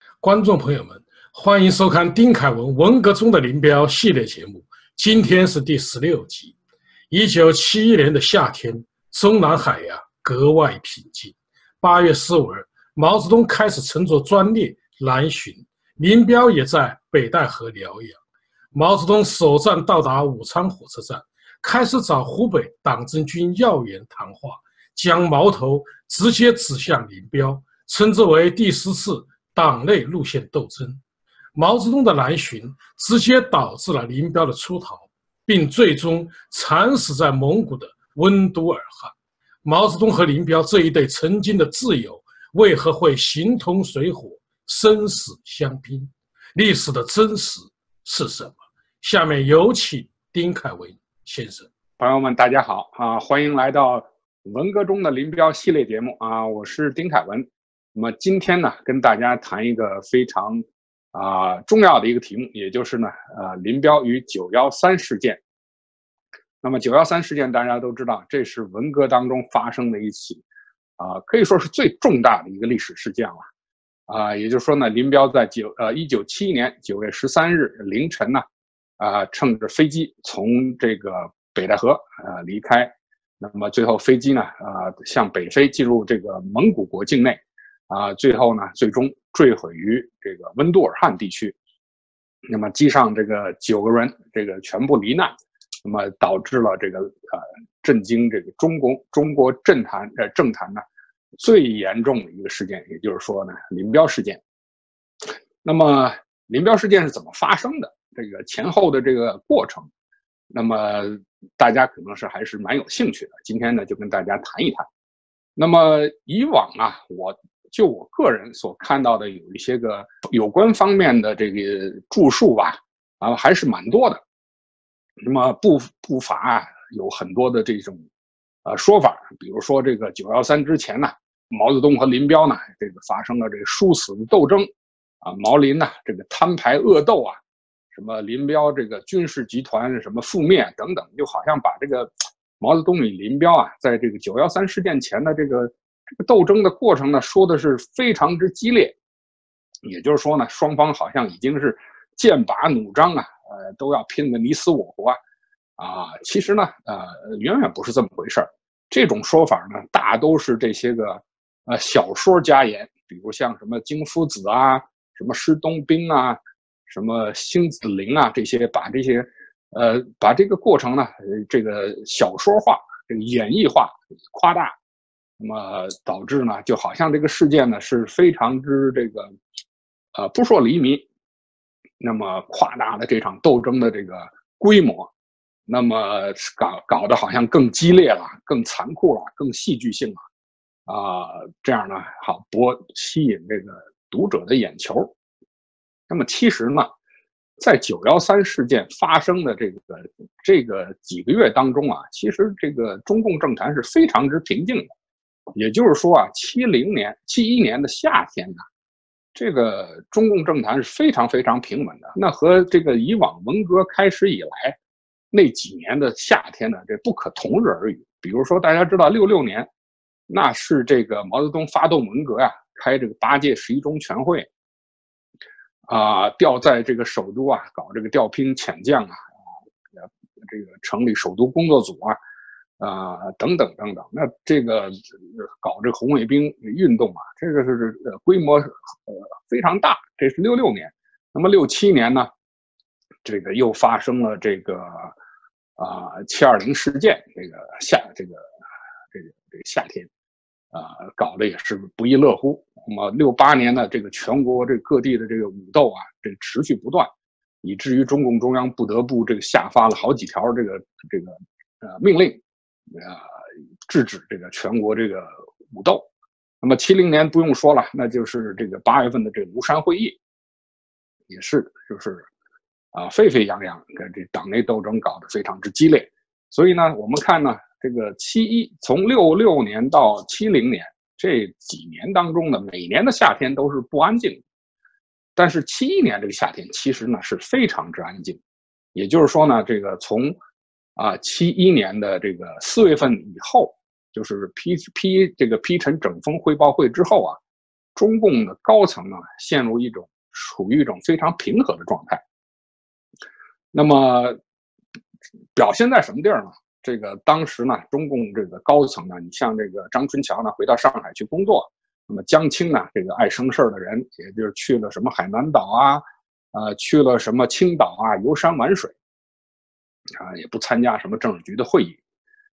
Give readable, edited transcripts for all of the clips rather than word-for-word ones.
观众朋友们，欢迎收看丁凯文文革中的林彪系列节目。今天是第16集。1971年的夏天，中南海呀格外平静。8月15日，毛泽东开始乘坐专列南巡，林彪也在北戴河疗养。毛泽东首站到达武昌火车站，开始找湖北党政军要员谈话，将矛头直接指向林彪，称之为第10次党内路线斗争。毛泽东的南巡直接导致了林彪的出逃，并最终惨死在蒙古的温都尔汗。毛泽东和林彪这一对曾经的挚友，为何会形同水火，生死相拼？历史的真实是什么？下面有请丁凯文先生。 朋友们，大家好啊！欢迎来到文革中的林彪系列节目啊！我是丁凯文。那么今天呢，跟大家谈一个非常重要的一个题目，也就是呢，林彪与913事件。那么913事件大家都知道，这是文革当中发生的一起可以说是最重大的一个历史事件了也就是说呢，林彪在1971年9月13日凌晨呢，乘着飞机从这个北戴河离开，那么最后飞机呢向北飞进入这个蒙古国境内最后呢最终坠毁于这个温都尔汗地区。那么机上这个9个人这个全部罹难，那么导致了这个震惊这个中国政坛呢最严重的一个事件，也就是说呢林彪事件。那么林彪事件是怎么发生的？这个前后的这个过程，那么大家可能是还是蛮有兴趣的。今天呢就跟大家谈一谈。那么以往我个人所看到的有一些个有关方面的这个著述吧，还是蛮多的。那么不乏有很多的这种说法，比如说这个913之前呢，毛泽东和林彪呢这个发生了这个殊死的斗争毛林呢这个摊牌恶斗什么林彪这个军事集团什么覆灭等等，就好像把这个毛泽东与林彪在这个913事件前的这个斗争的过程呢说的是非常之激烈，也就是说呢双方好像已经是剑拔弩张都要拼个你死我活其实呢远远不是这么回事儿。这种说法呢大都是这些个小说家言，比如像什么京夫子什么施东宾什么辛子霖这些把这个过程呢这个小说化，这个演绎化，夸大，那么导致呢就好像这个事件呢是非常之这个扑朔迷离，那么夸大了这场斗争的这个规模，那么搞得好像更激烈了，更残酷了，更戏剧性了这样呢好吸引这个读者的眼球。那么其实呢在913事件发生的这个几个月当中其实这个中共政坛是非常之平静的。也就是说71年的夏天这个中共政坛是非常非常平稳的。那和这个以往文革开始以来那几年的夏天呢，这不可同日而语。比如说大家知道66年，那是这个毛泽东发动文革开这个8届11中全会调在这个首都搞这个调兵遣将这个成立首都工作组等等等等。那这个搞这个红卫兵运动这个是规模非常大，这是66年。那么67年呢，这个又发生了这个720事件，这个夏天搞得也是不亦乐乎。那么68年呢，这个全国这各地的这个武斗这个持续不断，以至于中共中央不得不这个下发了好几条这个命令制止这个全国这个武斗。那么70年不用说了，那就是这个8月份的这个庐山会议，也是就是沸沸扬扬，跟这党内斗争搞得非常之激烈。所以呢我们看呢这个从66年到70年这几年当中呢，每年的夏天都是不安静的，但是71年这个夏天其实呢是非常之安静。也就是说呢，这个从71年的这个4月份以后，就是批陈整风汇报会之后中共的高层呢处于一种非常平和的状态。那么表现在什么地儿呢？这个当时呢，中共这个高层呢，你像这个张春桥呢，回到上海去工作，那么江青呢，这个爱生事儿的人，也就是去了什么海南岛啊，去了什么青岛啊，游山玩水，也不参加什么政治局的会议，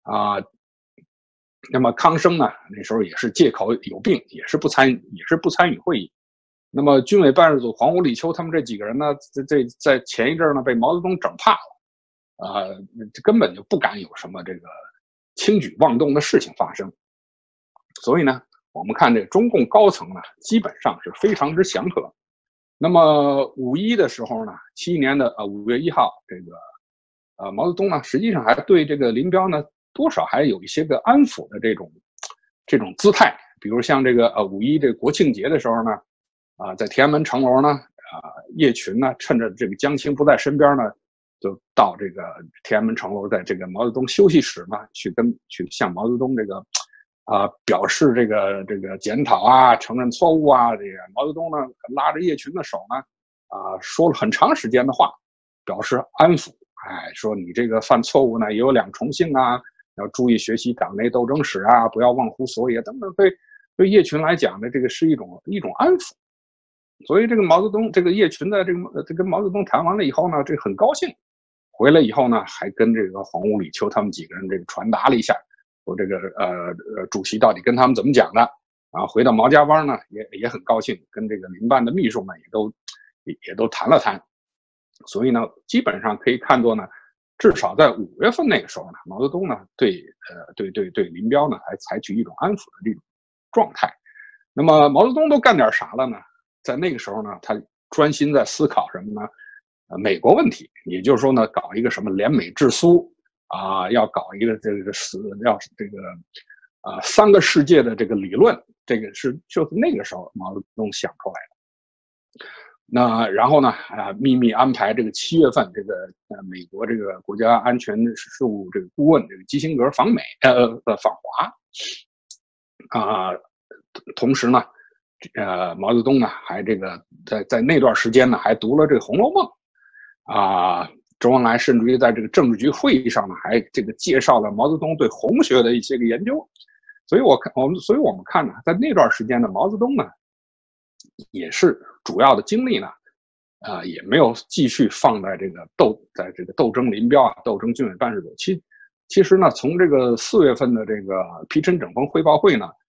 那么康生呢，那时候也是借口有病，也是不参与会议。那么军委办事组黄屋李秋他们这几个人呢，在前一阵呢被毛泽东整怕了，根本就不敢有什么这个轻举妄动的事情发生。所以呢，我们看这中共高层呢，基本上是非常之祥和。那么5.1的时候呢，71年的5月1号，这个毛泽东呢，实际上还对这个林彪呢，多少还有一些个安抚的这种姿态。比如像这个5.1这个国庆节的时候呢，在天安门城楼呢，叶群呢，趁着这个江青不在身边呢，就到这个天安门城楼，在这个毛泽东休息室呢，去向毛泽东这个表示这个检讨啊，承认错误啊。这个毛泽东呢，拉着叶群的手呢，说了很长时间的话，表示安抚。说你这个犯错误呢，也有两重性啊，要注意学习党内斗争史啊，不要忘乎所以啊，等等。对叶群来讲呢，这个是一种安抚。所以这个毛泽东，这个叶群在这跟毛泽东谈完了以后呢，这个很高兴。回来以后呢，还跟这个黄屋李秋他们几个人这个传达了一下，说这个主席到底跟他们怎么讲的。回到毛家湾呢，也很高兴，跟这个民办的秘书们也都谈了谈。所以呢，基本上可以看作呢，至少在5月份那个时候呢，毛泽东呢对林彪呢还采取一种安抚的这种状态。那么毛泽东都干点啥了呢？在那个时候呢，他专心在思考什么呢？美国问题，也就是说呢，搞一个什么联美制苏要搞一个要这个3个世界的这个理论，这个就是那个时候毛泽东想出来的。那然后呢，秘密安排这个7月份这个美国这个国家安全事务这个顾问这个基辛格访华，同时呢，毛泽东呢还这个在那段时间呢还读了这个《红楼梦》，周恩来甚至于在这个政治局会议上呢还这个介绍了毛泽东对红学的一些个研究。所以我们看呢，在那段时间呢，毛泽东呢也是主要的精力呢，也没有继续放在这个斗争林彪斗争军委办事组。其实呢，从这个4月份的这个皮陈整风汇报会呢，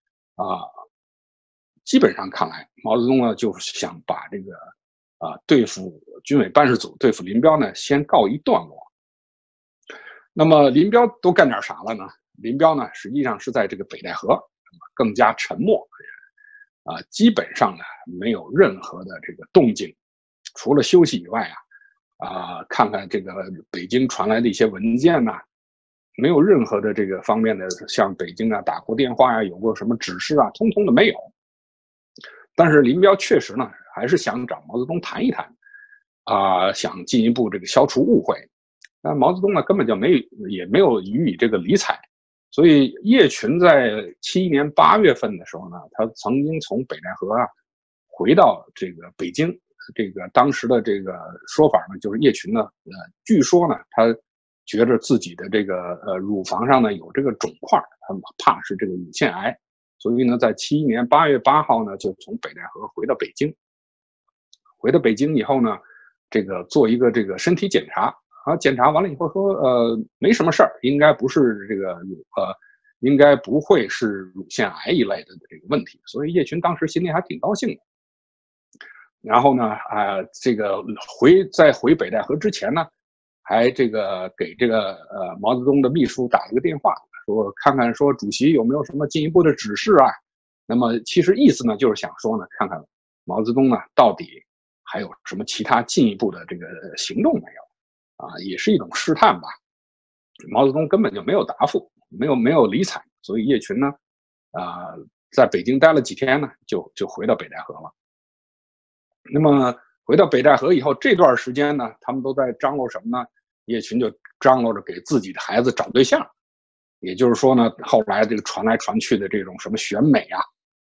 基本上看来，毛泽东呢就是想把这个对付军委办事组、对付林彪呢先告一段落。那么林彪都干点啥了呢？林彪呢实际上是在这个北戴河更加沉默，基本上呢没有任何的这个动静，除了休息以外看看这个北京传来的一些文件没有任何的这个方面的向北京打过电话有过什么指示通通的没有。但是林彪确实呢还是想找毛泽东谈一谈，想进一步这个消除误会。但毛泽东呢根本就也没有予以这个理睬。所以叶群在71年8月份的时候呢，他曾经从北戴河回到这个北京。这个当时的这个说法呢，就是叶群呢，据说呢，他觉着自己的这个乳房上呢有这个肿块，他怕是这个乳腺癌，所以呢，在71年8月8号呢，就从北戴河回到北京。回到北京以后呢，这个做一个这个身体检查。检查完了以后说，没什么事儿，应该不是这个应该不会是乳腺癌一类的这个问题，所以叶群当时心里还挺高兴的。然后呢，这个在回北戴河之前呢，还这个给这个毛泽东的秘书打了个电话，说看看说主席有没有什么进一步的指示那么其实意思呢就是想说呢，看看毛泽东呢到底还有什么其他进一步的这个行动没有。也是一种试探吧。毛泽东根本就没有答复，没有理睬，所以叶群呢，在北京待了几天呢，就回到北戴河了。那么回到北戴河以后，这段时间呢，他们都在张罗什么呢？叶群就张罗着给自己的孩子找对象，也就是说呢，后来这个传来传去的这种什么选美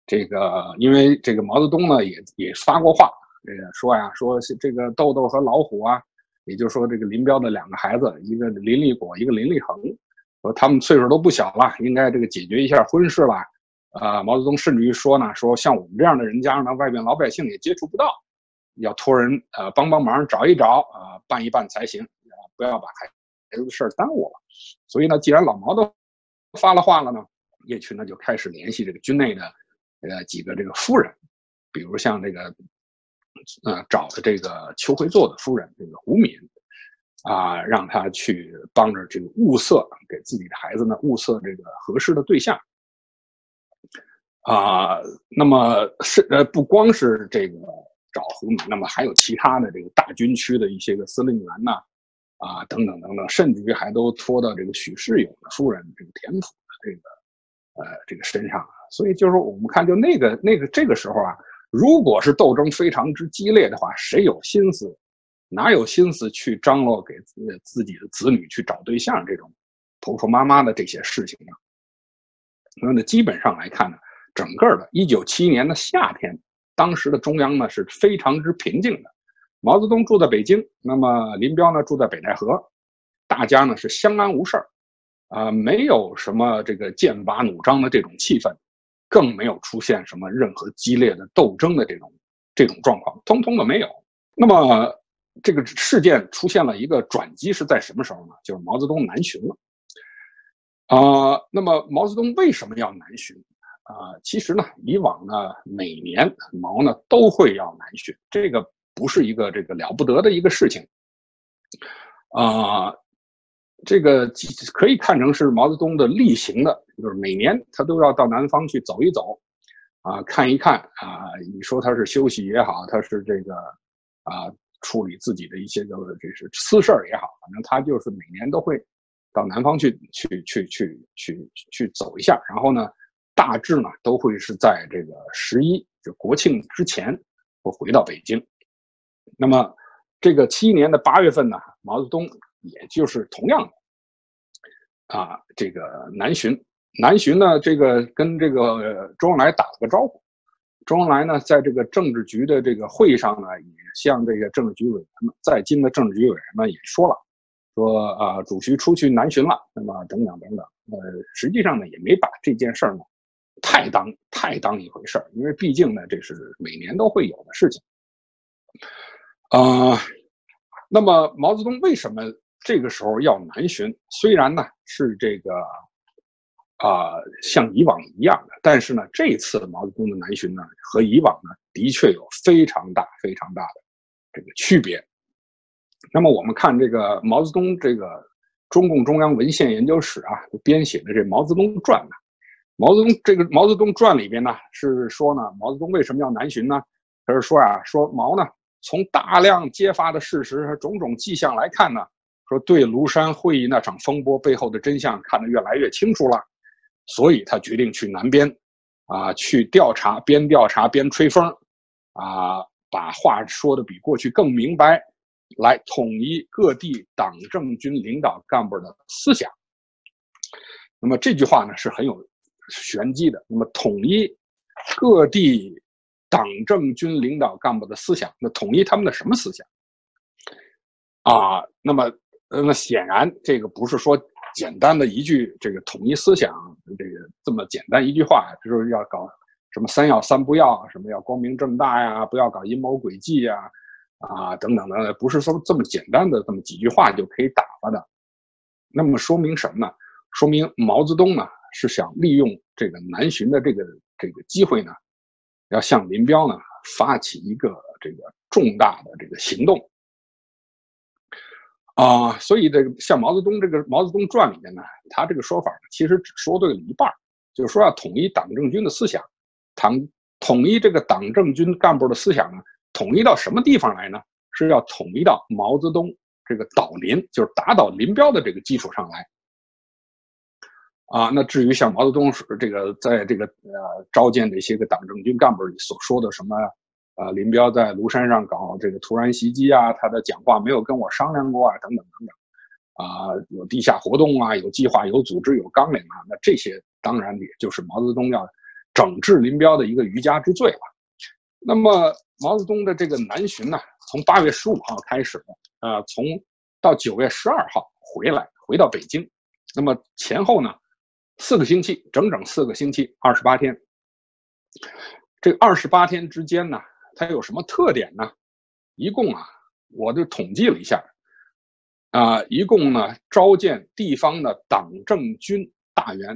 这个因为这个毛泽东呢也发过话，说这个豆豆和老虎啊，也就是说这个林彪的2个孩子，一个林立果，一个林立恒，说他们岁数都不小了，应该这个解决一下婚事了。毛泽东甚至于说呢，说像我们这样的人家呢，外边老百姓也接触不到，要托人帮忙找一找办一办才行，不要把孩子的事儿耽误了。所以呢，既然老毛都发了话了呢，叶群呢就开始联系这个军内的几个这个夫人，比如像这个找的这个邱会作的夫人这个胡敏让他去帮着这个物色，给自己的孩子呢物色这个合适的对象那么不光是这个找胡敏，那么还有其他的这个大军区的一些个司令员呐等等等等，甚至于还都拖到这个许世友的夫人这个田府的这个身上。所以就是说我们看就这个时候如果是斗争非常之激烈的话，谁有心思哪有心思去张罗给自己的子女去找对象这种婆婆妈妈的这些事情呢？那基本上来看呢，整个的1971年的夏天，当时的中央呢是非常之平静的。毛泽东住在北京，那么林彪呢住在北戴河，大家呢是相安无事没有什么这个剑拔弩张的这种气氛，更没有出现什么任何激烈的斗争的这种状况，通通的没有。那么这个事件出现了一个转机是在什么时候呢？就是毛泽东南巡了。那么毛泽东为什么要南巡？其实呢，以往呢每年毛呢都会要南巡，这个不是一个这个了不得的一个事情。这个可以看成是毛泽东的例行的，就是每年他都要到南方去走一走看一看你说他是休息也好，他是这个处理自己的一些个这是私事也好，反正他就是每年都会到南方去走一下，然后呢大致呢都会是在这个11就国庆之前会回到北京。那么这个71年的8月份呢，毛泽东也就是同样的这个南巡呢，这个跟这个周恩来打了个招呼。周恩来呢在这个政治局的这个会议上呢，也向这个政治局委员们，在京的政治局委员们也说了，说主席出去南巡了，那么等等等等。实际上呢也没把这件事儿呢太当一回事儿，因为毕竟呢这是每年都会有的事情。那么毛泽东为什么这个时候要南巡？虽然呢是这个像以往一样的，但是呢这次毛泽东的南巡呢和以往呢的确有非常大的这个区别。那么我们看这个毛泽东这个中共中央文献研究室编写的这《毛泽东传》呢，毛泽东传里边呢是说呢，毛泽东为什么要南巡呢？他是说毛呢从大量揭发的事实和种种迹象来看呢，说对庐山会议那场风波背后的真相看得越来越清楚了，所以他决定去南边去调查，边调查边吹风把话说的比过去更明白，来统一各地党政军领导干部的思想。那么这句话呢是很有玄机的。那么统一各地党政军领导干部的思想，那统一他们的什么思想那么显然这个不是说简单的一句这个统一思想这个这么简单一句话，就是要搞什么3要3不要，什么要光明正大呀，不要搞阴谋诡计呀等等的，不是说这么简单的这么几句话就可以打发的。那么说明什么呢？说明毛泽东呢是想利用这个南巡的这个机会呢，要向林彪呢发起一个这个重大的这个行动所以这个像毛泽东《毛泽东传》里面呢，他这个说法其实只说对了一半，就是说要统一党政军的思想，统一这个党政军干部的思想呢，统一到什么地方来呢？是要统一到毛泽东这个倒林，就是打倒林彪的这个基础上来那至于像毛泽东这个在这个召见的一些个党政军干部里所说的什么林彪在庐山上搞这个突然袭击他的讲话没有跟我商量过等等等等有地下活动有计划有组织有纲领那这些当然也就是毛泽东整治林彪的一个渔家之罪了。那么毛泽东的这个南巡呢，从8月15号开始的，到9月12号回到北京，那么前后呢4个星期，整整4个星期，28天。这28天之间呢，它有什么特点呢？一共我就统计了一下，一共呢召见地方的党政军大员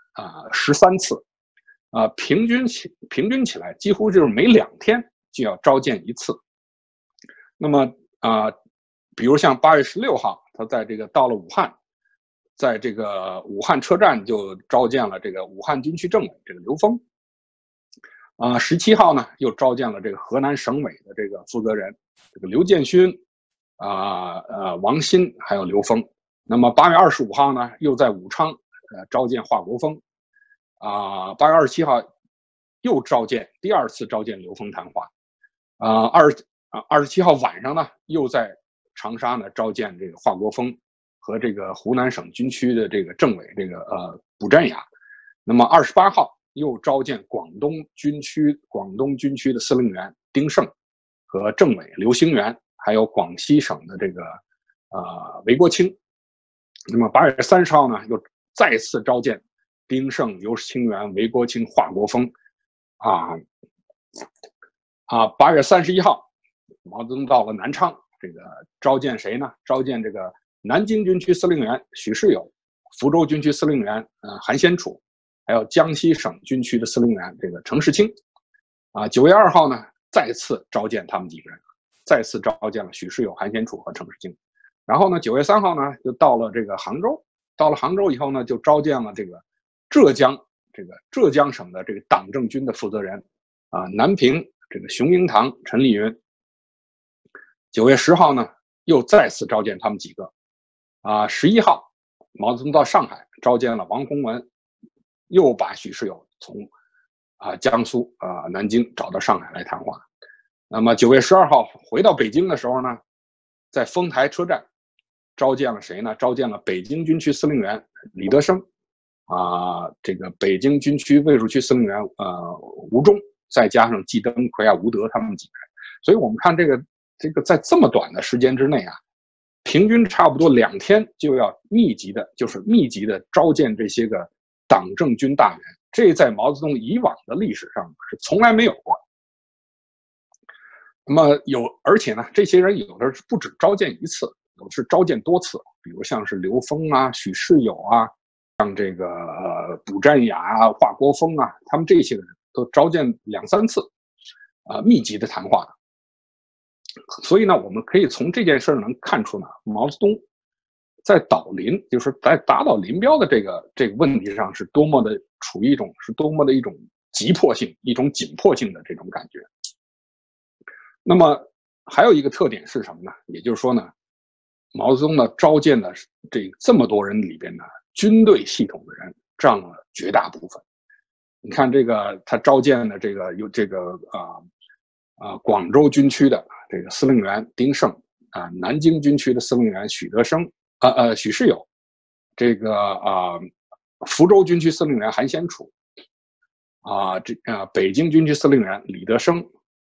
13次，平均起来几乎就是每2天就要召见1次。那么比如像8月16号，他在这个到了武汉，在这个武汉车站就召见了这个武汉军区政委这个刘峰。17号呢又召见了这个河南省委的这个负责人这个刘建勋，王鑫还有刘峰。那么8月25号呢又在武昌召见华国锋。8月27号又第2次召见刘峰谈话。27号晚上呢又在长沙呢召见这个华国锋和这个湖南省军区的这个政委这个卜占雅。那么28号又召见广东军区的司令员丁盛和政委刘兴元，还有广西省的这个韦国清。那么8月30号呢又再次召见丁盛、刘兴元、韦国清、华国锋。8月31号，毛泽东到了南昌，这个召见谁呢？召见这个南京军区司令员许世友、福州军区司令员韩先楚，还有江西省军区的司令员这个程世清。9月2号呢，再次召见他们几个人，再次召见了许世友、韩先楚和程世清。然后呢，9月3号呢，就到了这个杭州。到了杭州以后呢，就召见了这个浙江省的这个党政军的负责人南平这个熊英堂、陈立云。9月10号呢，又再次召见他们几个。11号，毛泽东到上海召见了王洪文，又把许世友从江苏南京找到上海来谈话。那么9月12号回到北京的时候呢，在丰台车站召见了谁呢？召见了北京军区司令员李德生，这个北京军区卫戍区司令员吴忠，再加上季登奎、吴德他们几个人。所以我们看这个在这么短的时间之内平均差不多2天就要密集的召见这些个党政军大员，这在毛泽东以往的历史上是从来没有过。那么而且呢，这些人有的是不止召见1次，有的是召见多次，比如像是刘峰许世友像这个卜占雅华国锋他们这些个人都召见2、3次，密集的谈话。所以呢，我们可以从这件事能看出呢，毛泽东在倒林，就是在打倒林彪的这个问题上，是多么的一种急迫性、一种紧迫性的这种感觉。那么还有一个特点是什么呢？也就是说呢，毛泽东呢召见的这么多人里边呢，军队系统的人占了绝大部分。你看他召见的有广州军区的这个司令员丁盛南京军区的司令员许世友，福州军区司令员韩先楚，北京军区司令员李德生，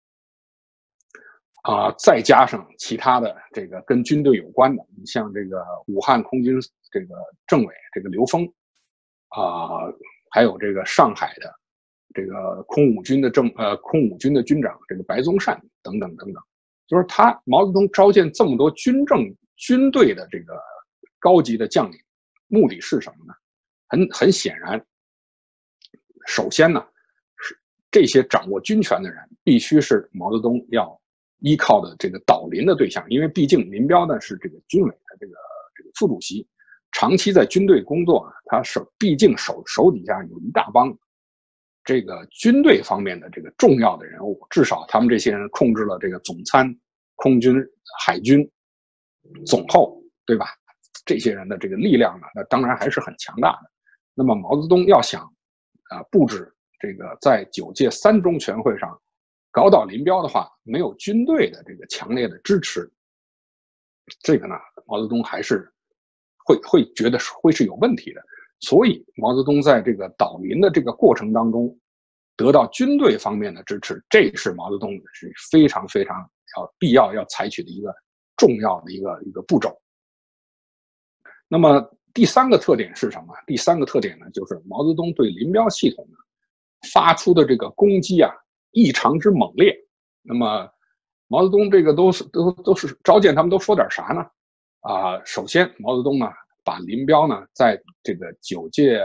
再加上其他的这个跟军队有关的，你像这个武汉空军这个政委这个刘峰，还有这个上海的这个空武军的军长这个白宗善等等等等，就是毛泽东召见这么多军队的这个高级的将领，目的是什么呢？很显然，首先呢，是这些掌握军权的人必须是毛泽东要依靠的这个倒林的对象，因为毕竟林彪呢是这个军委的这个副主席，长期在军队工作，他毕竟手底下有一大帮这个军队方面的这个重要的人物，至少他们这些人控制了这个总参、空军、海军、总后，对吧？这些人的这个力量呢，那当然还是很强大的。那么毛泽东要想布置这个在9届3中全会上搞倒林彪的话，没有军队的这个强烈的支持，这个呢，毛泽东还是会觉得会是有问题的。所以毛泽东在这个倒林的这个过程当中， 得到军队方面的支持，这是毛泽东是非常必要要采取的一个重要的一个步骤。那么第三个特点是什么？第三个特点呢，就是毛泽东对林彪系统呢发出的这个攻击啊，异常之猛烈。那么毛泽东这个都是召见他们都说点啥呢？首先毛泽东呢把林彪呢在这个9届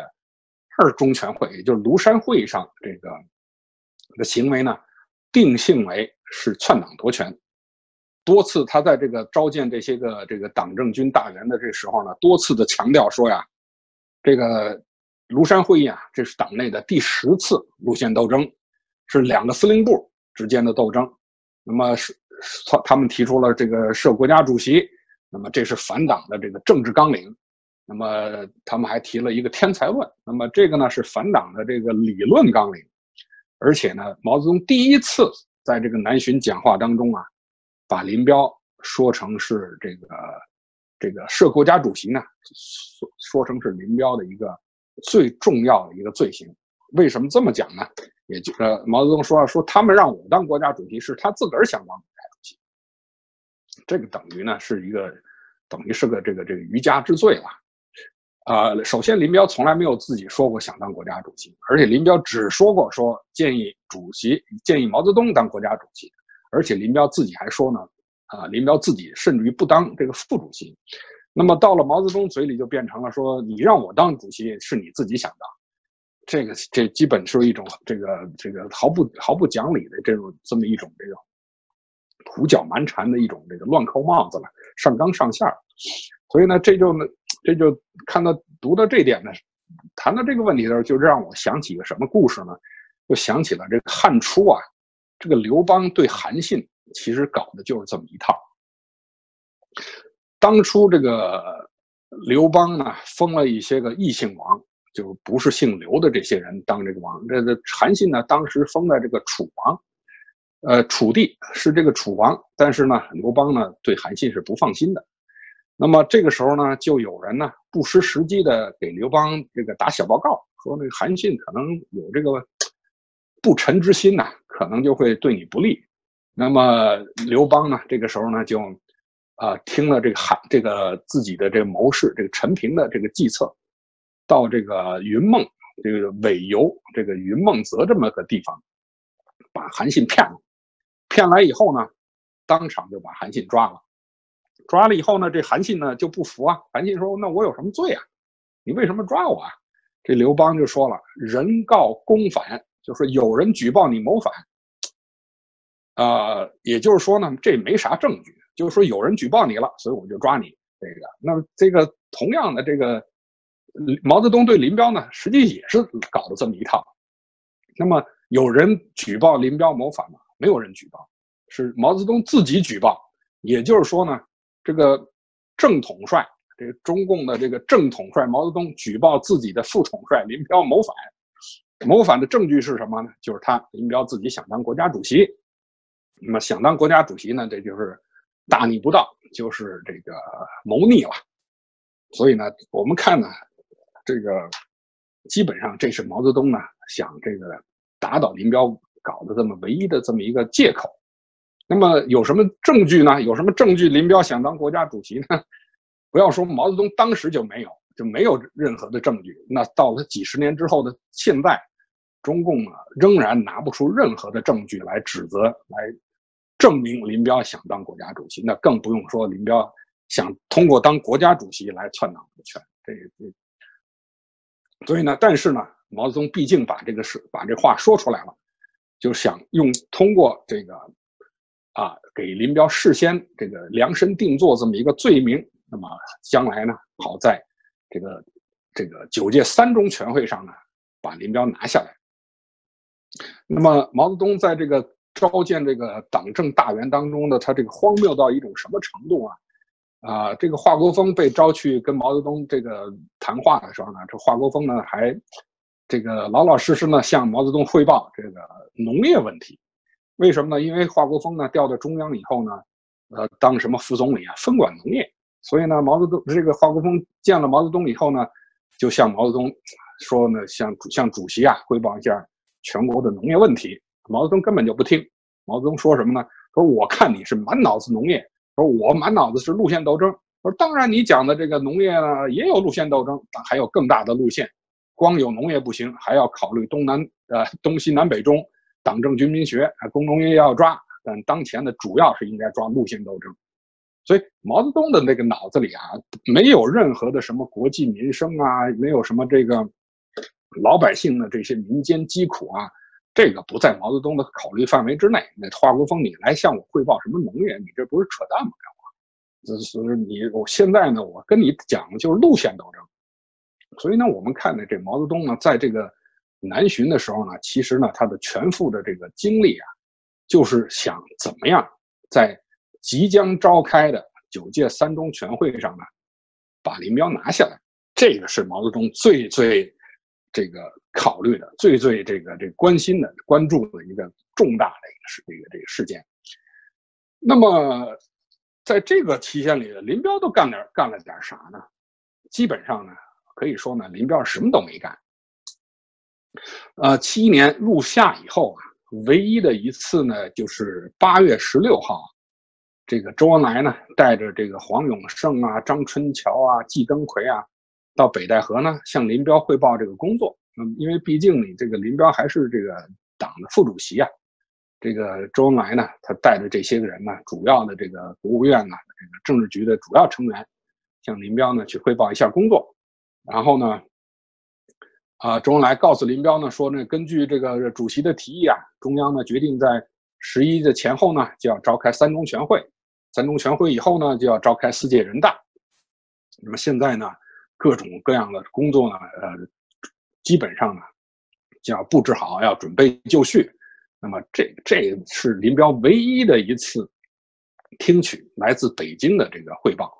2中全会，也就是庐山会议上这个行为呢定性为是篡党夺权。多次他在这个召见这些个党政军大员的这时候呢，多次的强调说呀，这个庐山会议啊，这是党内的第10次路线斗争，是2个司令部之间的斗争。那么他们提出了这个设国家主席，那么这是反党的这个政治纲领。那么他们还提了一个天才论，那么这个呢是反党的这个理论纲领。而且呢，毛泽东第一次在这个南巡讲话当中啊，把林彪说成是这个设国家主席呢，说成是林彪的一个最重要的一个罪行。为什么这么讲呢？也就毛泽东说他们让我当国家主席，是他自个儿想当国家主席，这个等于呢是个这个渔家之罪了。首先林彪从来没有自己说过想当国家主席，而且林彪只说过建议毛泽东当国家主席，而且林彪自己还说呢，林彪自己甚至于不当这个副主席。那么到了毛泽东嘴里就变成了说你让我当主席是你自己想当，这基本是一种这个毫不讲理的这么一种这种胡搅蛮缠的一种这个乱扣帽子了，上纲上线。所以呢，这就读到这点呢，谈到这个问题的时候，就让我想起一个什么故事呢？就想起了这个汉初啊，这个刘邦对韩信其实搞的就是这么一套。当初这个刘邦呢封了一些个异姓王，就不是姓刘的这些人当这个王。这个韩信呢当时封的这个楚王，楚地是这个楚王，但是呢刘邦呢对韩信是不放心的。那么这个时候呢，就有人呢不失时机的给刘邦这个打小报告，说那个韩信可能有这个不臣之心呐，可能就会对你不利。那么刘邦呢，这个时候呢就听了这个自己的这个谋士这个陈平的这个计策，到这个云梦这个尾游这个云梦泽这么个地方，把韩信骗了。骗来以后呢，当场就把韩信抓了。抓了以后呢，这韩信呢就不服啊。韩信说：“那我有什么罪啊？你为什么抓我啊？”这刘邦就说了：“人告公反，就是有人举报你谋反。也就是说呢，这没啥证据，就是说有人举报你了，所以我就抓你。那么这个同样的这个毛泽东对林彪呢，实际也是搞了这么一套。那么有人举报林彪谋反吗？没有人举报，是毛泽东自己举报。也就是说呢，这个正统帅，这个中共的这个正统帅毛泽东举报自己的副统帅林彪谋反。谋反的证据是什么呢？就是林彪自己想当国家主席。那么想当国家主席呢，这就是大逆不道，就是这个谋逆了。所以呢，我们看呢，这个基本上这是毛泽东呢想这个打倒林彪搞的这么唯一的这么一个借口。那么有什么证据呢？有什么证据林彪想当国家主席呢？不要说毛泽东当时就没有任何的证据。那到了几十年之后的现在，中共呢仍然拿不出任何的证据来指责、来证明林彪想当国家主席。那更不用说林彪想通过当国家主席来篡党夺权。所以呢，但是呢，毛泽东毕竟把这话说出来了，就想通过这个给林彪事先这个量身定做这么一个罪名，那么将来呢，好在这个9届3中全会上呢，把林彪拿下来。那么毛泽东在这个召见这个党政大员当中呢，他这个荒谬到一种什么程度啊？这个华国锋被召去跟毛泽东这个谈话的时候呢，这华国锋呢还这个老老实实呢向毛泽东汇报这个农业问题。为什么呢？因为华国锋呢调到中央以后呢，当什么副总理啊，分管农业。所以呢，这个华国锋见了毛泽东以后呢，就向毛泽东说呢，向主席啊汇报一下全国的农业问题。毛泽东根本就不听。毛泽东说什么呢？说我看你是满脑子农业，说我满脑子是路线斗争。说当然你讲的这个农业呢也有路线斗争，但还有更大的路线。光有农业不行，还要考虑东西南北中，党政军民学，工农业要抓，但当前的主要是应该抓路线斗争。所以毛泽东的那个脑子里啊，没有任何的什么国计民生啊，没有什么这个老百姓的这些民间疾苦啊，这个不在毛泽东的考虑范围之内。那华国锋，你来向我汇报什么农业？你这不是扯淡吗？我现在呢，我跟你讲的就是路线斗争。所以呢，我们看呢，这毛泽东呢，在这个南巡的时候呢，其实呢，他的全副的这个精力啊，就是想怎么样在即将召开的9届3中全会上呢，把林彪拿下来。这个是毛泽东最这个考虑的、最这个关心的、关注的一个重大的这个事件。那么在这个期间里，林彪都干了点啥呢？基本上呢，可以说呢，林彪什么都没干。71年入夏以后啊，唯一的一次呢，就是8月16号，这个周恩来呢，带着这个黄永胜啊、张春桥啊、季登奎啊，到北戴河呢，向林彪汇报这个工作。因为毕竟你这个林彪还是这个党的副主席啊，这个周恩来呢，他带着这些个人呢，主要的这个国务院呢，这个政治局的主要成员，向林彪呢去汇报一下工作。然后呢，周恩来告诉林彪呢说呢，根据这个主席的提议啊，中央呢决定在11的前后呢就要召开3中全会，3中全会以后呢就要召开4届人大。那么现在呢，各种各样的工作呢，基本上呢就要布置好，要准备就绪。那么这是林彪唯一的一次听取来自北京的这个汇报。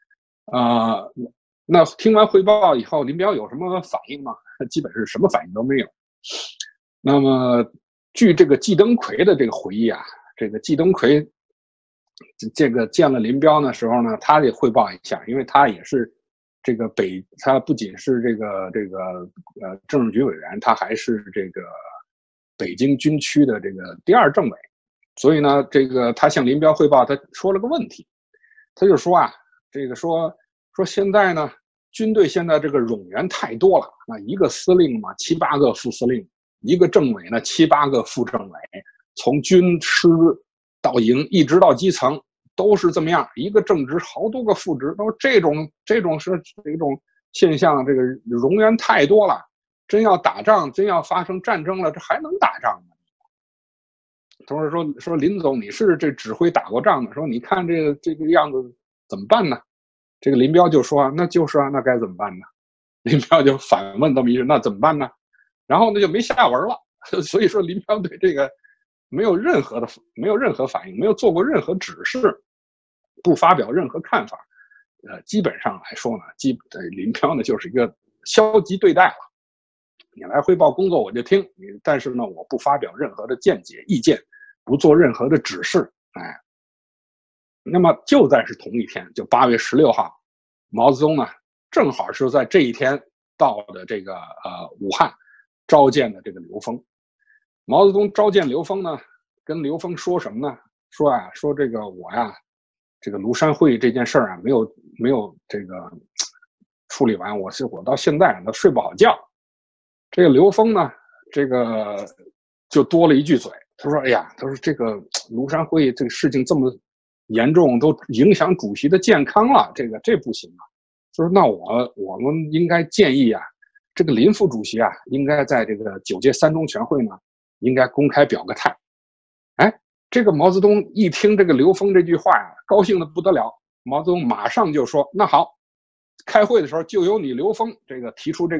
那听完汇报以后，林彪有什么反应吗？基本是什么反应都没有。那么据这个季登奎的这个回忆啊，这个季登奎这个见了林彪的时候呢，他得汇报一下，因为他也是这个他不仅是这个政治局委员，他还是这个北京军区的这个第2政委。所以呢，这个他向林彪汇报，他说了个问题，他就说啊，这个说现在呢，军队现在这个冗员太多了，那一个司令嘛，7、8个副司令，一个政委呢，7、8个副政委，从军师到营一直到基层都是这么样，一个正职好多个副职，都是这种现象，这个冗员太多了，真要打仗，真要发生战争了，这还能打仗吗？同时说林总，你是这指挥打过仗的，说你看这个样子怎么办呢？这个林彪就说，那就是啊，那该怎么办呢？林彪就反问这么一句，那怎么办呢？然后呢就没下文了。所以说林彪对这个没有任何反应，没有做过任何指示，不发表任何看法。基本上来说呢，林彪呢就是一个消极对待了。你来汇报工作我就听，但是呢我不发表任何的见解意见，不做任何的指示。那么就在是同一天，就8月16号，毛泽东呢正好是在这一天到的这个武汉召见的这个刘峰。毛泽东召见刘峰呢，跟刘峰说什么呢？说这个我呀，这个庐山会议这件事啊，没有这个处理完，我到现在都睡不好觉。这个刘峰呢，这个就多了一句嘴，他说：“哎呀，他说这个庐山会议这个事情这么严重，都影响主席的健康了，这不行啊。”他说：“那我们应该建议啊，这个林副主席啊，应该在这个9届3中全会呢，应该公开表个态。”哎，这个毛泽东一听这个刘峰这句话呀，高兴的不得了。毛泽东马上就说：“那好，开会的时候就由你刘峰这个提出这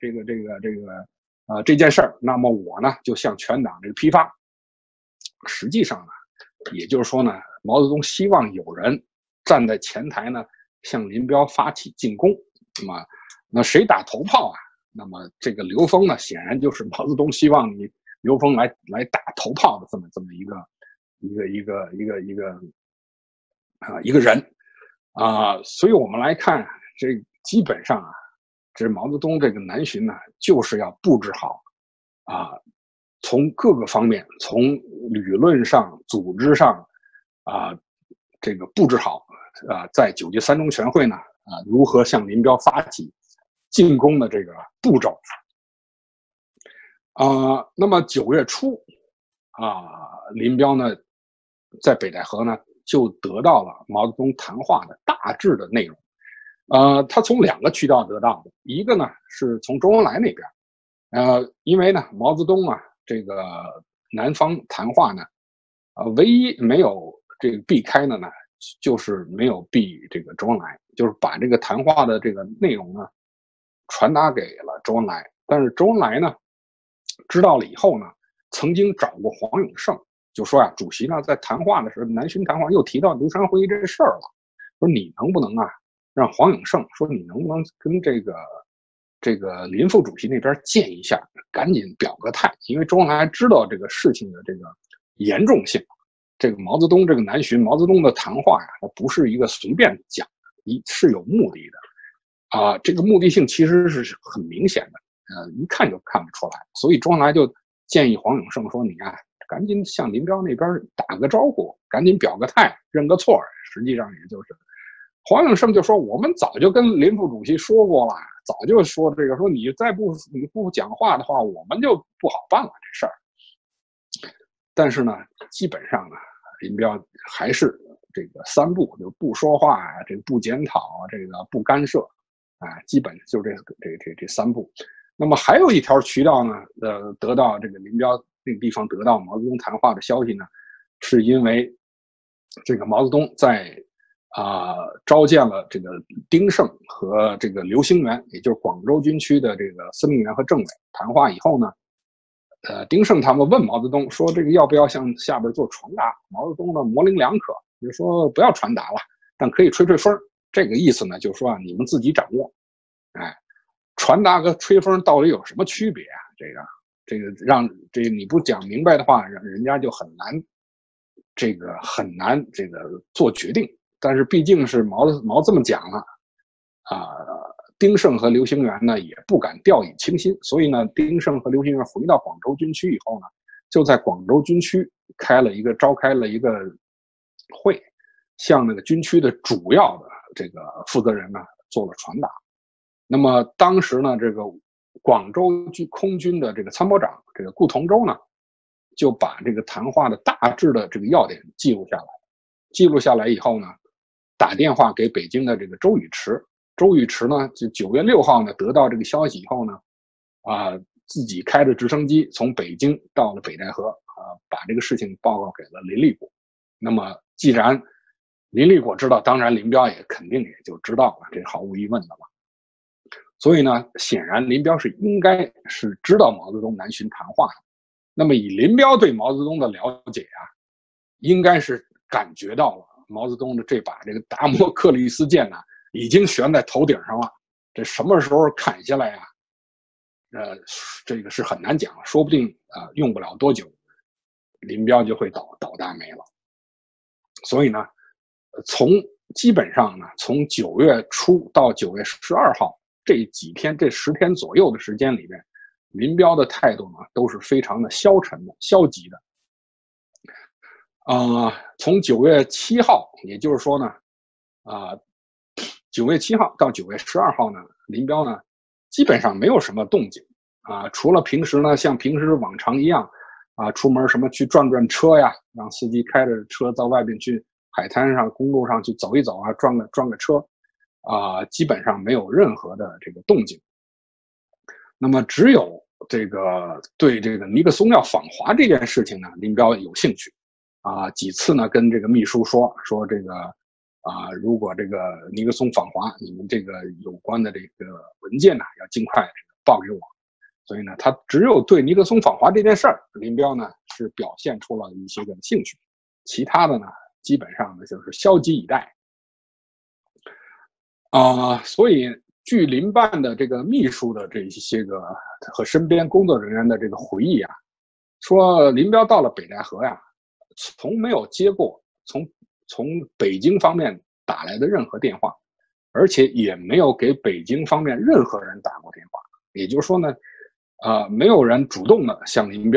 件事儿，那么我呢就向全党这个批发。”实际上呢，也就是说呢，毛泽东希望有人站在前台呢，向林彪发起进攻。那谁打头炮啊？那么这个刘峰呢，显然就是毛泽东希望你刘峰来打头炮的这么一个人啊。所以我们来看，这基本上啊，这毛泽东这个南巡呢，就是要布置好啊从各个方面，从理论上、组织上这个布置好在9届3中全会呢如何向林彪发起进攻的这个步骤那么9月初林彪呢在北戴河呢就得到了毛泽东谈话的大致的内容。他从2个渠道得到的，一个呢是从周恩来那边，因为呢毛泽东这个南方谈话呢，唯一没有这个避开的呢，就是没有避这个周恩来，就是把这个谈话的这个内容呢传达给了周恩来。但是周恩来呢知道了以后呢，曾经找过黄永胜，就说主席呢在谈话的时候，南巡谈话又提到庐山会议这事儿了，说你能不能让黄永胜说你能不能跟这个林副主席那边见一下，赶紧表个态，因为周恩来知道这个事情的这个严重性。这个毛泽东这个南巡，毛泽东的谈话它不是一个随便讲的，是有目的的这个目的性其实是很明显的，一看就看不出来。所以周恩来就建议黄永胜说：“你赶紧向林彪那边打个招呼，赶紧表个态，认个错。”实际上也就是黄永胜就说：“我们早就跟林副主席说过了，早就说这个，说你不讲话的话，我们就不好办了这事儿。”但是呢，基本上林彪还是这个3不，就不说话这个不检讨这个不干涉基本就这3不。那么还有一条渠道呢，得到这个林彪那个地方得到毛泽东谈话的消息呢，是因为这个毛泽东在召见了这个丁盛和这个刘兴元，也就是广州军区的这个司令员和政委谈话以后呢，丁盛他们问毛泽东说这个要不要向下边做传达？毛泽东呢模棱两可，就说不要传达了，但可以吹吹风。这个意思呢，就是说你们自己掌握。传达和吹风到底有什么区别这个让这个你不讲明白的话，人家就很难这个做决定。但是毕竟是毛这么讲了丁盛和刘兴元呢也不敢掉以轻心，所以呢，丁盛和刘兴元回到广州军区以后呢，就在广州军区召开了一个会，向那个军区的主要的这个负责人呢做了传达。那么当时呢，这个广州空军的这个参谋长这个顾同舟呢，就把这个谈话的大致的这个要点记录下来。记录下来以后呢，打电话给北京的这个周宇驰。周宇驰呢，就9月6号呢得到这个消息以后呢，自己开着直升机从北京到了北戴河把这个事情报告给了林立果。那么既然林立果知道，当然林彪也肯定也就知道了，这毫无疑问的了。所以呢，显然林彪应该是知道毛泽东南巡谈话的。那么以林彪对毛泽东的了解应该是感觉到了毛泽东的这把这个达摩克里斯剑已经悬在头顶上了，这什么时候砍下来这个是很难讲，说不定用不了多久，林彪就会倒大霉了。所以呢，基本上呢，从9月初到9月12号这几天，这10天左右的时间里面，林彪的态度呢都是非常的消沉的、消极的。从9月7号，也就是说呢9月7号到9月12号呢，林彪呢基本上没有什么动静除了平时呢像平时往常一样出门什么去转车呀，让司机开着车到外边去海滩上、公路上去走一走转个车基本上没有任何的这个动静。那么只有这个对这个尼克松要访华这件事情呢，林彪有兴趣几次呢跟这个秘书说这个如果这个尼克松访华，你们这个有关的这个文件要尽快报给我。所以呢，他只有对尼克松访华这件事儿，林彪呢是表现出了一些个兴趣，其他的呢基本上呢就是消极以待。所以据林办的这个秘书的这些个和身边工作人员的这个回忆说林彪到了北戴河从没有接过从北京方面打来的任何电话，而且也没有给北京方面任何人打过电话。也就是说呢，没有人主动的向林彪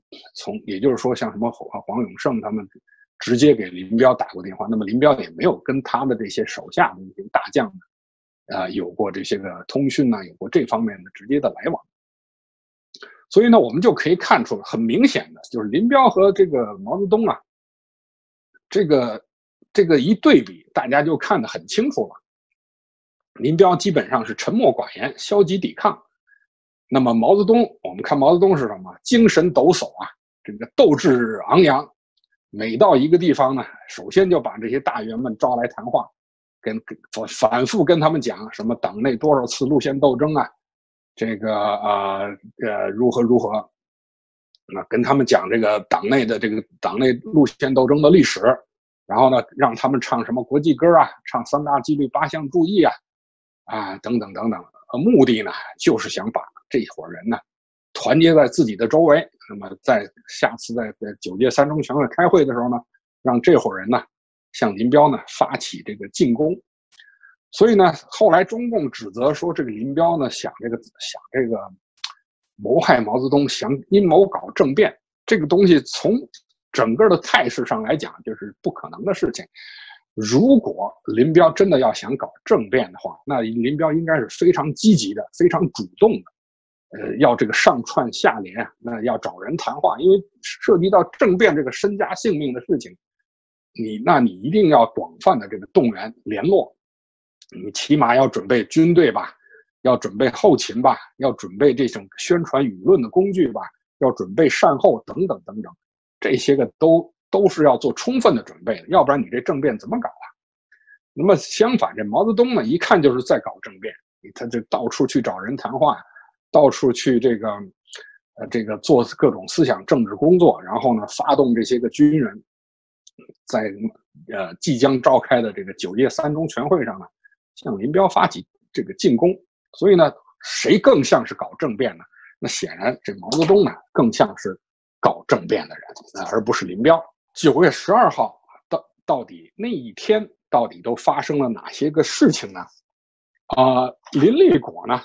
也就是说像什么黄永胜他们直接给林彪打过电话，那么林彪也没有跟他的这些手下的这些大将有过这些个通讯有过这方面的直接的来往。所以呢，我们就可以看出很明显的就是林彪和这个毛泽东这个一对比，大家就看得很清楚了。林彪基本上是沉默寡言、消极抵抗，那么毛泽东，我们看毛泽东是什么？精神抖擞这个斗志昂扬。每到一个地方呢，首先就把这些大员们招来谈话，反复跟他们讲什么党内多少次路线斗争这个如何如何，跟他们讲这个党内路线斗争的历史，然后呢，让他们唱什么国际歌唱3大纪律8项注意等等等等，目的呢就是想把这伙人呢团结在自己的周围，那么在下次在9届3中全会开会的时候呢，让这伙人呢向林彪呢发起这个进攻。所以呢，后来中共指责说这个林彪呢想这个谋害毛泽东，想阴谋搞政变，这个东西从整个的态势上来讲就是不可能的事情。如果林彪真的要想搞政变的话，那林彪应该是非常积极的、非常主动的，要这个上串下联那要找人谈话，因为涉及到政变这个身家性命的事情，你一定要广泛的这个动员联络，你起码要准备军队吧，要准备后勤吧，要准备这种宣传舆论的工具吧，要准备善后等等等等，这些个都是要做充分的准备的，要不然你这政变怎么搞那么相反，这毛泽东呢，一看就是在搞政变，他就到处去找人谈话，到处去这个做各种思想政治工作，然后呢，发动这些个军人，在即将召开的这个9届3中全会上呢，向林彪发起这个进攻。所以呢，谁更像是搞政变呢？那显然这毛泽东呢，更像是搞政变的人，而不是林彪。9月12号到底那一天到底都发生了哪些个事情呢？林立果呢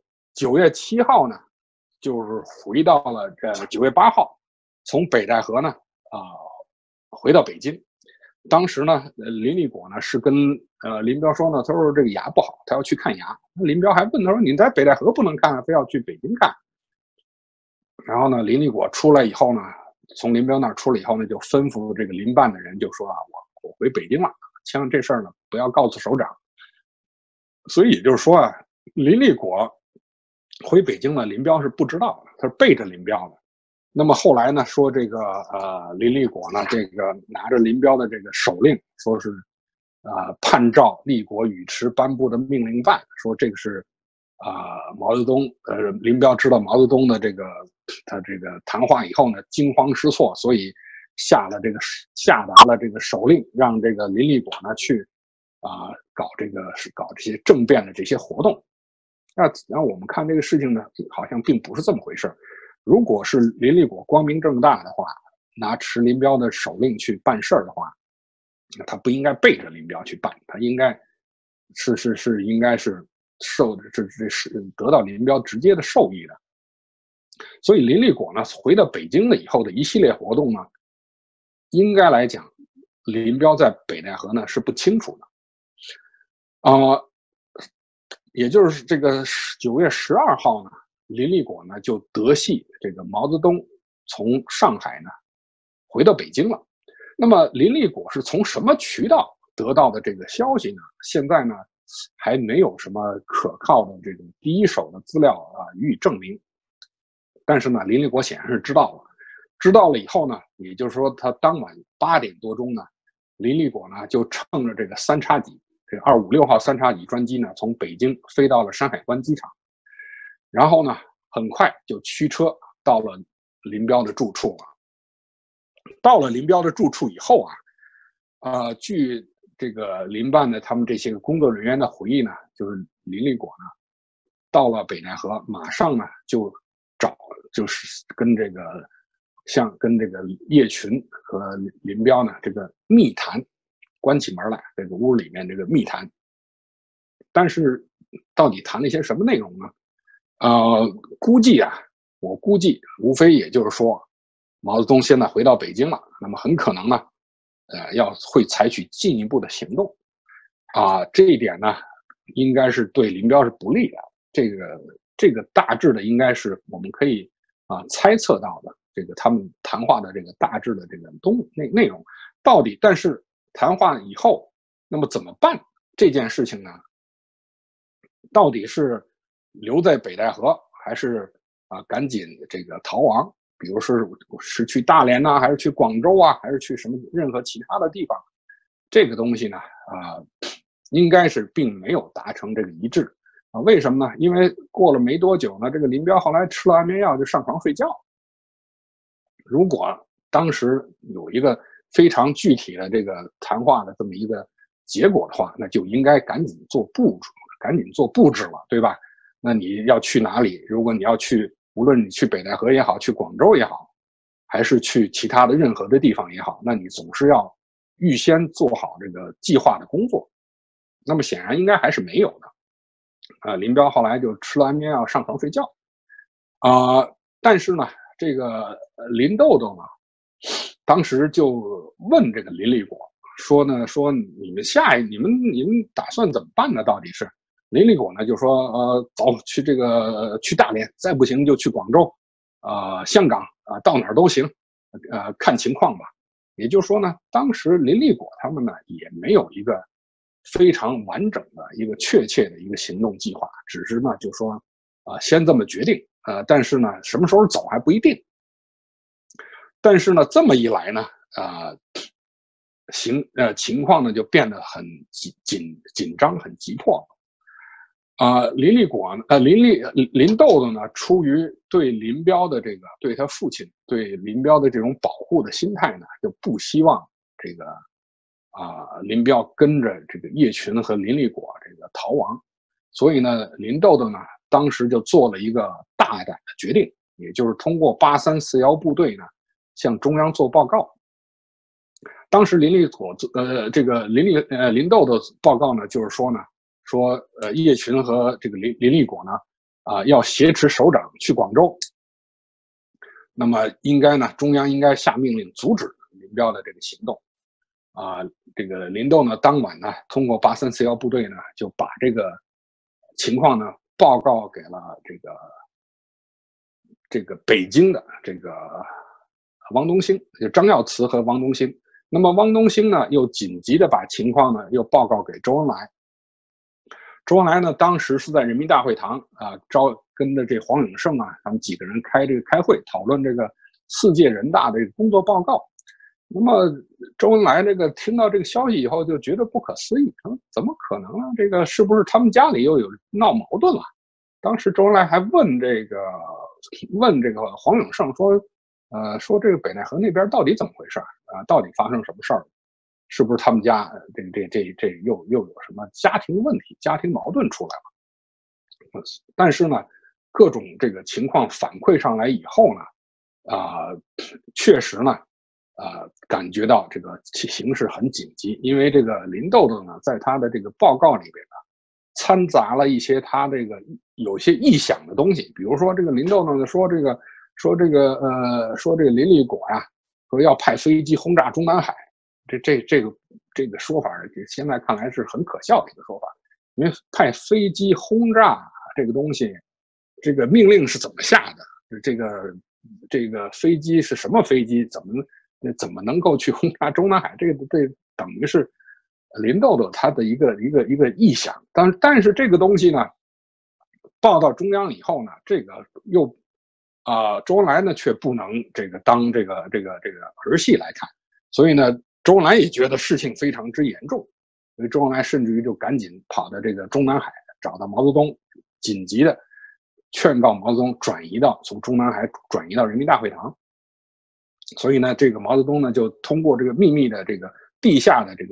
，9月7号呢，就是回到了9月8号，从北戴河呢回到北京。当时呢，林立果呢是跟林彪说呢，他说这个牙不好，他要去看牙。林彪还问他说：“你在北戴河不能看非要去北京看？”然后呢，林立果出来以后呢，从林彪那儿出来以后呢，就吩咐这个林办的人就说我回北京了，像这事儿呢不要告诉首长。所以也就是说林立果回北京呢，林彪是不知道的，他是背着林彪的。那么后来呢，说这个林立果呢，这个拿着林彪的这个手令，说是判照立果语迟颁布的命令办，说这个是毛泽东林彪知道毛泽东的他这个谈话以后呢，惊慌失措，所以下达了这个手令，让这个林立果呢去搞这些政变的这些活动。那我们看这个事情呢，好像并不是这么回事。如果是林立果光明正大的话，拿持林彪的手令去办事的话，他不应该背着林彪去办，他应该应该是得到林彪直接的授意的。所以林立果呢回到北京了以后的一系列活动呢，应该来讲，林彪在北戴河呢是不清楚的。也就是这个9月12号呢，林立果呢就得悉这个毛泽东从上海呢回到北京了。那么林立果是从什么渠道得到的这个消息呢？现在呢还没有什么可靠的这种第一手的资料予以证明。但是呢，林立果显然是知道了以后呢，也就是说他当晚8点多钟呢，林立果呢就乘着这个3叉戟，这个256号3叉戟专机呢，从北京飞到了山海关机场，然后呢，很快就驱车到了林彪的住处了。到了林彪的住处以后据这个林办的他们这些个工作人员的回忆呢，就是林立果呢到了北戴河，马上呢就是跟这个叶群和林彪呢这个密谈，关起门来这个屋里面这个密谈。但是到底谈了一些什么内容呢？我估计无非也就是说毛泽东现在回到北京了，那么很可能呢，会采取进一步的行动，这一点呢，应该是对林彪是不利的。这个大致的应该是我们可以猜测到的，这个他们谈话的这个大致的这个内容到底，但是谈话以后，那么怎么办这件事情呢？到底是留在北戴河，还是赶紧这个逃亡？比如说是去大连呢，还是去广州啊，还是去什么任何其他的地方？这个东西呢，应该是并没有达成这个一致为什么呢？因为过了没多久呢，这个林彪后来吃了安眠药就上床睡觉。如果当时有一个非常具体的这个谈话的这么一个结果的话，那就应该赶紧做布置了，对吧？那你要去哪里？如果你要去，无论你去北戴河也好，去广州也好，还是去其他的任何的地方也好，那你总是要预先做好这个计划的工作。那么显然应该还是没有的。林彪后来就吃了安眠药上床睡觉。但是呢，这个林豆豆呢，当时就问这个林立果说你们打算怎么办呢？到底是？林立果呢就说走去大连，再不行就去广州，香港到哪儿都行，看情况吧。也就是说呢，当时林立果他们呢也没有一个非常完整的一个确切的一个行动计划，只是呢就说先这么决定，但是呢什么时候走还不一定。但是呢这么一来呢，情况呢就变得很紧张，很急迫。林豆豆呢，出于对林彪的对他父亲对林彪的这种保护的心态呢，就不希望这个林彪跟着这个叶群和林立果这个逃亡，所以呢，林豆豆呢当时就做了一个大胆的决定，也就是通过8341部队呢向中央做报告。当时林豆豆报告呢，就是说叶群和这个林立果呢，要挟持首长去广州。那么中央应该下命令阻止林彪的这个行动。这个林豆呢，当晚呢，通过8341部队呢，就把这个情况呢报告给了这个北京的这个汪东兴，就张耀祠和汪东兴。那么汪东兴呢，又紧急的把情况呢又报告给周恩来。周恩来呢，当时是在人民大会堂跟着这黄永胜他们几个人开会，讨论这个4届人大的工作报告。那么周恩来听到这个消息以后，就觉得不可思议，怎么可能呢？这个是不是他们家里又有闹矛盾了？当时周恩来还问这个黄永胜说这个北戴河那边到底怎么回事到底发生什么事儿？是不是他们家这又有什么家庭问题、家庭矛盾出来了？但是呢，各种这个情况反馈上来以后呢，确实呢，感觉到这个形势很紧急，因为这个林豆豆呢，在他的这个报告里边呢，掺杂了一些他有些臆想的东西，比如说这个林豆豆呢说这个林立果说要派飞机轰炸中南海。这个说法现在看来是很可笑的一个说法，因为派飞机轰炸这个东西，这个命令是怎么下的？这个飞机是什么飞机？怎么能够去轰炸中南海？这等于是林豆豆他的一个臆想。但是这个东西呢，报到中央以后呢，这个又周恩来呢却不能当这个儿戏来看，所以呢。周恩来也觉得事情非常之严重，所以周恩来甚至于就赶紧跑到这个中南海，找到毛泽东，紧急的劝告毛泽东从中南海转移到人民大会堂。所以呢，这个毛泽东呢就通过这个秘密的地下的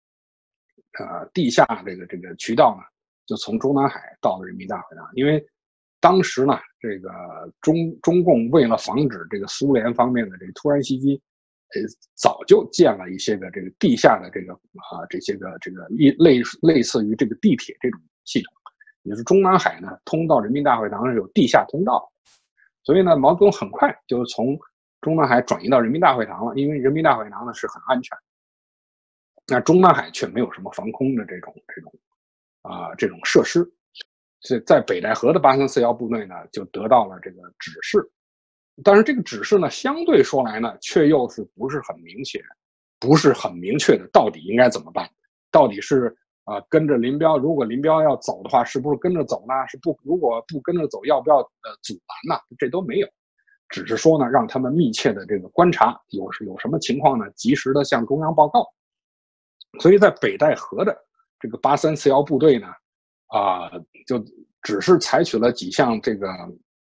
渠道呢，就从中南海到了人民大会堂。因为当时呢，这个中共为了防止这个苏联方面的突然袭击。早就建了一些个地下的类似于地铁这种系统，也是中南海呢通到人民大会堂是有地下通道，所以呢，毛泽东很快就从中南海转移到人民大会堂了，因为人民大会堂呢是很安全，那中南海却没有什么防空的这种设施，所以在北戴河的8341部队呢就得到了这个指示，但是这个指示呢相对说来呢却又是不是很明确，不是很明确的到底应该怎么办，到底是跟着林彪，如果林彪要走的话，是不是跟着走呢？如果不跟着走，要不要阻拦呢？这都没有，只是说呢，让他们密切的这个观察，有什么情况呢，及时的向中央报告。所以在北戴河的这个8341部队呢，就只是采取了几项这个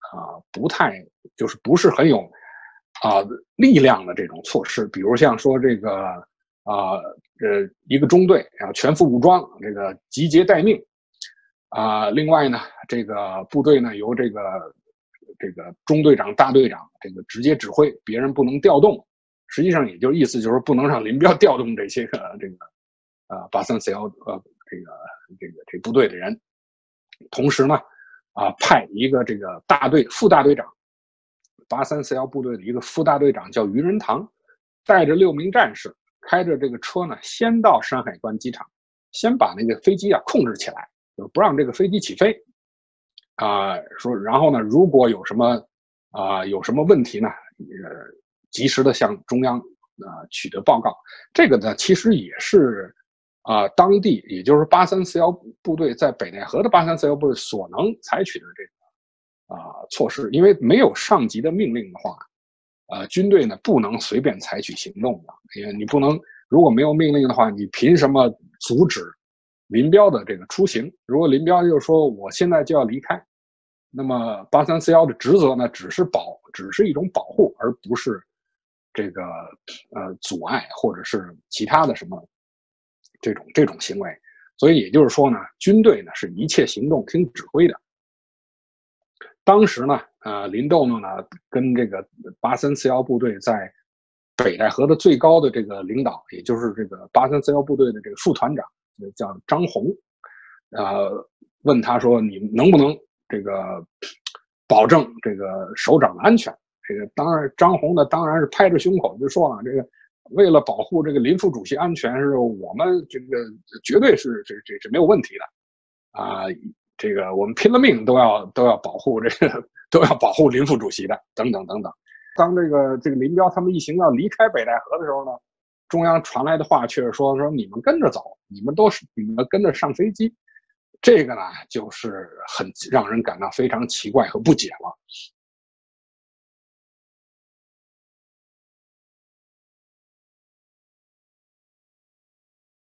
不是很有力量的这种措施，比如像说这个一个中队然后全副武装，这个集结待命另外呢，这个部队呢由这个中队长、大队长这个直接指挥，别人不能调动。实际上也就意思就是不能让林彪调动这些8341这部队的人。同时呢派一个这个副大队长，8341部队的一个副大队长叫于仁堂，带着6名战士，开着这个车呢，先到山海关机场，先把那个飞机控制起来，就不让这个飞机起飞然后呢，如果有什么问题呢，及时的向中央取得报告。这个呢，其实也是当地也就是8341部队在北戴河的8341部队所能采取的这个措施，因为没有上级的命令的话，军队呢不能随便采取行动的，因为你不能如果没有命令的话，你凭什么阻止林彪的这个出行？如果林彪就说我现在就要离开，那么8341的职责呢只是一种保护，而不是这个阻碍或者是其他的什么这种行为。所以也就是说呢，军队呢是一切行动听指挥的。当时呢林豆豆呢跟这个8341部队在北戴河的最高的这个领导，也就是这个8341部队的这个副团长叫张宏，问他说你能不能这个保证这个首长的安全？这个当然张宏呢当然是拍着胸口就说了，这个为了保护这个林副主席安全，是我们这个绝对是这没有问题的这个我们拼了命都要保护林副主席的，等等等等。当这个林彪他们一行要离开北戴河的时候呢，中央传来的话却是说你们跟着走，你们跟着上飞机。这个呢就是很让人感到非常奇怪和不解了。